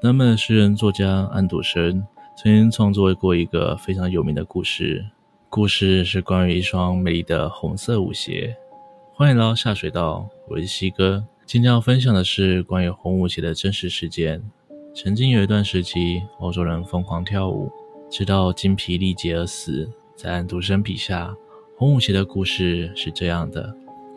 南本的诗人作家安徒生曾经创作过一个非常有名的故事，故事是关于一双美丽的红色舞鞋。欢迎来到下水道，我是西哥。今天要分享的是关于红舞鞋的真实事件。曾经有一段时期，欧洲人疯狂跳舞，直到精疲力竭而死。在安徒生笔下，红舞鞋的故事是这样的。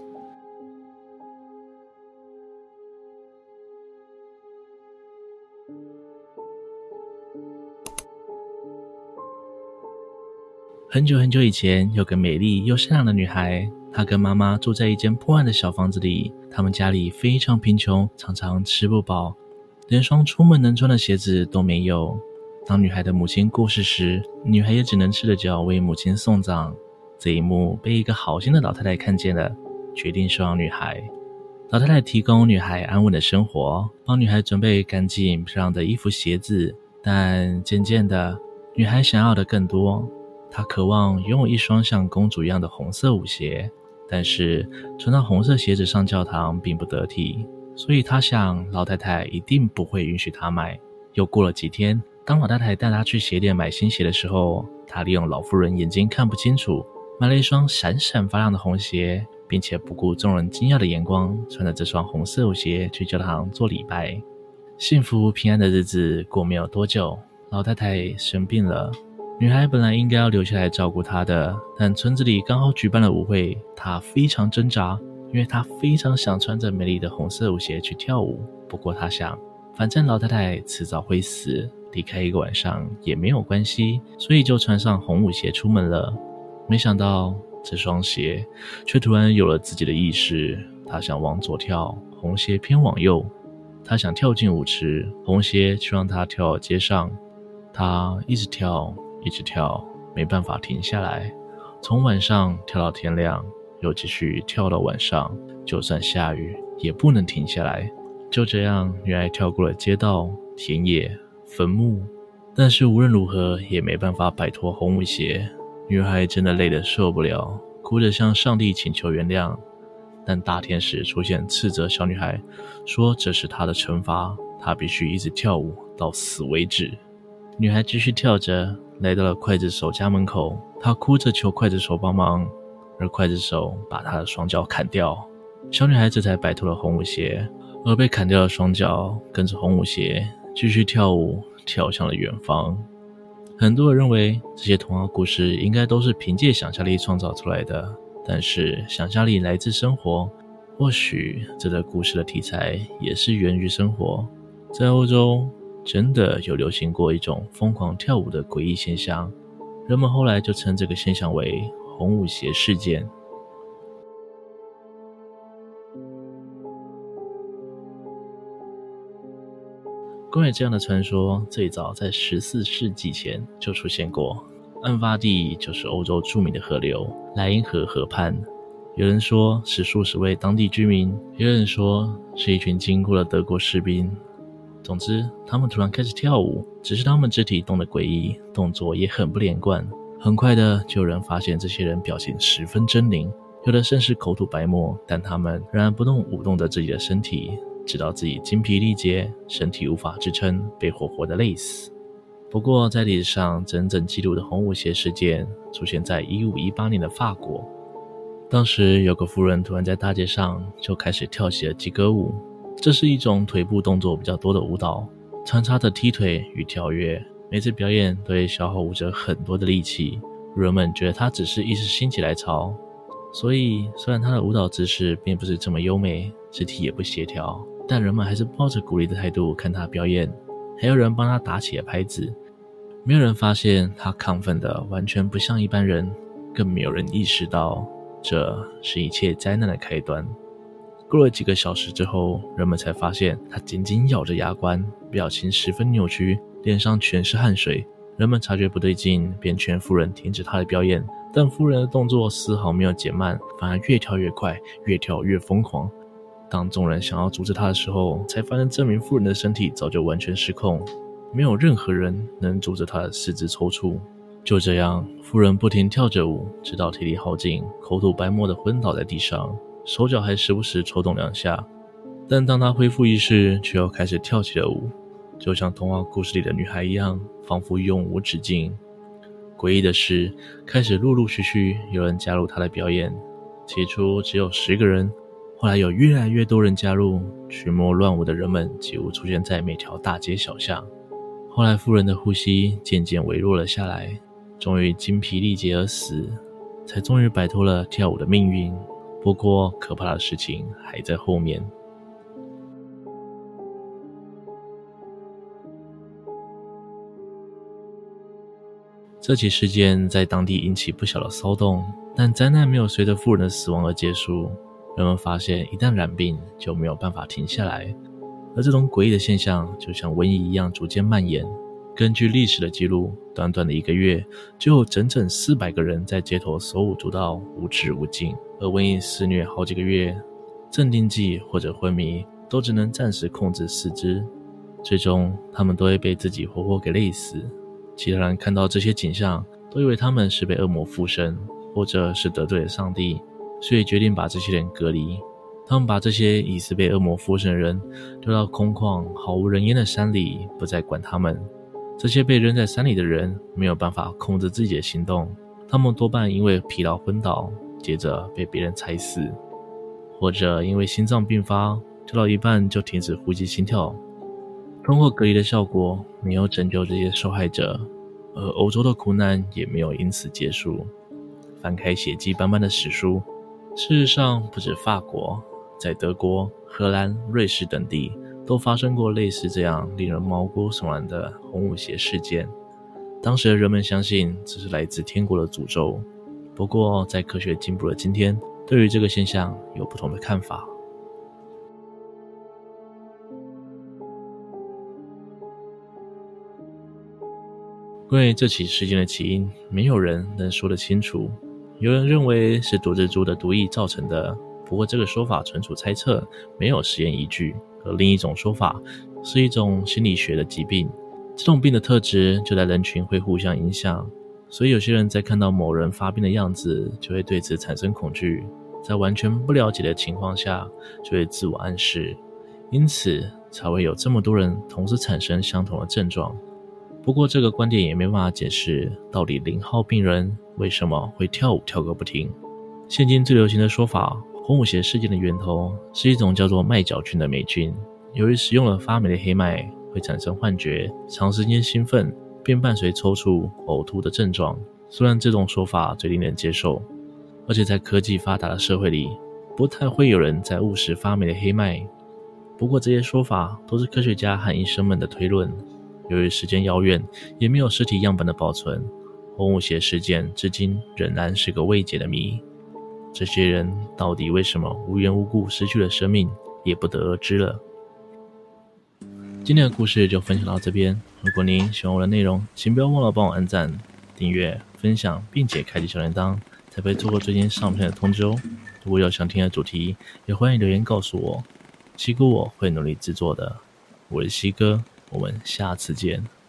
很久很久以前，有个美丽又善良的女孩，她跟妈妈住在一间破烂的小房子里。他们家里非常贫穷，常常吃不饱，连双出门能穿的鞋子都没有。当女孩的母亲过世时，女孩也只能赤着脚为母亲送葬。这一幕被一个好心的老太太看见了，决定收养女孩。老太太提供女孩安稳的生活，帮女孩准备干净漂亮的衣服鞋子。但渐渐的，女孩想要的更多。她渴望拥有一双像公主一样的红色舞鞋，但是穿到红色鞋子上教堂并不得体，所以她想老太太一定不会允许她买。又过了几天，当老太太带她去鞋店买新鞋的时候，她利用老妇人眼睛看不清楚，买了一双闪闪发亮的红鞋，并且不顾众人惊讶的眼光，穿着这双红色舞鞋去教堂做礼拜。幸福平安的日子过没有多久，老太太生病了。女孩本来应该要留下来照顾她的，但村子里刚好举办了舞会，她非常挣扎，因为她非常想穿着美丽的红色舞鞋去跳舞。不过她想，反正老太太迟早会死，离开一个晚上也没有关系，所以就穿上红舞鞋出门了。没想到这双鞋却突然有了自己的意识，她想往左跳，红鞋偏往右；她想跳进舞池，红鞋却让她跳到街上。她一直跳一直跳，没办法停下来，从晚上跳到天亮，又继续跳到晚上，就算下雨也不能停下来。就这样，女孩跳过了街道、田野、坟墓，但是无论如何也没办法摆脱红舞鞋。女孩真的累得受不了，哭着向上帝请求原谅。但大天使出现斥责小女孩，说这是她的惩罚，她必须一直跳舞到死为止。女孩继续跳着，来到了刽子手家门口，她哭着求刽子手帮忙，而刽子手把她的双脚砍掉。小女孩这才摆脱了红舞鞋，而被砍掉的双脚跟着红舞鞋继续跳舞，跳向了远方。很多人认为这些童话故事应该都是凭借想象力创造出来的，但是想象力来自生活，或许这个故事的题材也是源于生活。在欧洲真的有流行过一种疯狂跳舞的诡异现象，人们后来就称这个现象为红舞鞋事件。关于这样的传说，最早在14世纪前就出现过，案发地就是欧洲著名的河流莱茵河河畔。有人说是数十位当地居民，也有人说是一群经过的德国士兵。总之，他们突然开始跳舞，只是他们肢体动得诡异，动作也很不连贯。很快的，就有人发现这些人表情十分狰狞，有的甚至口吐白沫，但他们仍然不动舞动着自己的身体，直到自己精疲力竭，身体无法支撑，被活活的累死。不过，在历史上真正记录的红舞鞋事件出现在1518年的法国。当时有个妇人突然在大街上就开始跳起了吉格舞，这是一种腿部动作比较多的舞蹈，穿插着踢腿与跳跃，每次表演都会消耗舞者很多的力气。人们觉得他只是一时兴起来潮，所以虽然他的舞蹈姿势并不是这么优美，肢体也不协调，但人们还是抱着鼓励的态度看他表演，还有人帮他打起了拍子。没有人发现他亢奋的完全不像一般人，更没有人意识到这是一切灾难的开端。过了几个小时之后，人们才发现他紧紧咬着牙关，表情十分扭曲，脸上全是汗水。人们察觉不对劲，便劝妇人停止他的表演，但妇人的动作丝毫没有减慢，反而越跳越快，越跳越疯狂。当众人想要阻止他的时候，才发现这名妇人的身体早就完全失控，没有任何人能阻止他的四肢抽搐。就这样，妇人不停跳着舞，直到体力耗尽，口吐白沫地昏倒在地上，手脚还时不时抽动两下。但当他恢复意识，却又开始跳起了舞。 就像童话故事里的女孩一样，仿佛永无止境。诡异的是，开始陆陆续续有人加入她的表演，起初只有10个人，后来有越来越多人加入，群魔乱舞的人们几乎出现在每条大街小巷。后来妇人的呼吸渐渐微弱了下来，终于精疲力竭而死，才终于摆脱了跳舞的命运。不过可怕的事情还在后面。这起事件在当地引起不小的骚动，但灾难没有随着妇人的死亡而结束。人们发现一旦染病就没有办法停下来，而这种诡异的现象就像瘟疫一样逐渐蔓延。根据历史的记录，短短的1个月就有整整400个人在街头手舞足蹈，无止无尽。而瘟疫肆虐好几个月，镇定剂或者昏迷都只能暂时控制四肢，最终他们都会被自己活活给累死。其他人看到这些景象，都以为他们是被恶魔附身，或者是得罪了上帝，所以决定把这些人隔离。他们把这些疑似被恶魔附身的人丢到空旷毫无人烟的山里，不再管他们。这些被扔在山里的人没有办法控制自己的行动，他们多半因为疲劳昏倒，接着被别人踩死，或者因为心脏病发，跳到一半就停止呼吸心跳。通过隔离的效果没有拯救这些受害者，而欧洲的苦难也没有因此结束。翻开血迹斑斑的史书，事实上不止法国，在德国、荷兰、瑞士等地都发生过类似这样令人毛骨悚然的红舞鞋事件。当时的人们相信这是来自天国的诅咒，不过在科学进步的今天，对于这个现象有不同的看法。关于这起事件的起因，没有人能说得清楚。有人认为是毒蜘蛛的毒液造成的，不过这个说法纯属猜测，没有实验依据。而另一种说法是一种心理学的疾病，这种病的特质就在人群会互相影响，所以有些人在看到某人发病的样子，就会对此产生恐惧，在完全不了解的情况下，就会自我暗示，因此才会有这么多人同时产生相同的症状。不过这个观点也没办法解释到底0号病人为什么会跳舞跳个不停。现今最流行的说法，红舞鞋事件的源头是一种叫做麦角菌的霉菌，由于食用了发霉的黑麦，会产生幻觉、长时间兴奋，并伴随抽搐、呕吐的症状。虽然这种说法最令人接受，而且在科技发达的社会里，不太会有人在误食发霉的黑麦。不过这些说法都是科学家和医生们的推论，由于时间遥远，也没有尸体样本的保存，红舞鞋事件至今仍然是个未解的谜。这些人到底为什么无缘无故失去了生命，也不得而知了。今天的故事就分享到这边，如果您喜欢我的内容，请不要忘了帮我按赞、订阅、分享，并且开启小铃铛，才不会错过最近上片的通知哦。如果有想听的主题，也欢迎留言告诉我，西哥我会努力制作的。我是西哥，我们下次见。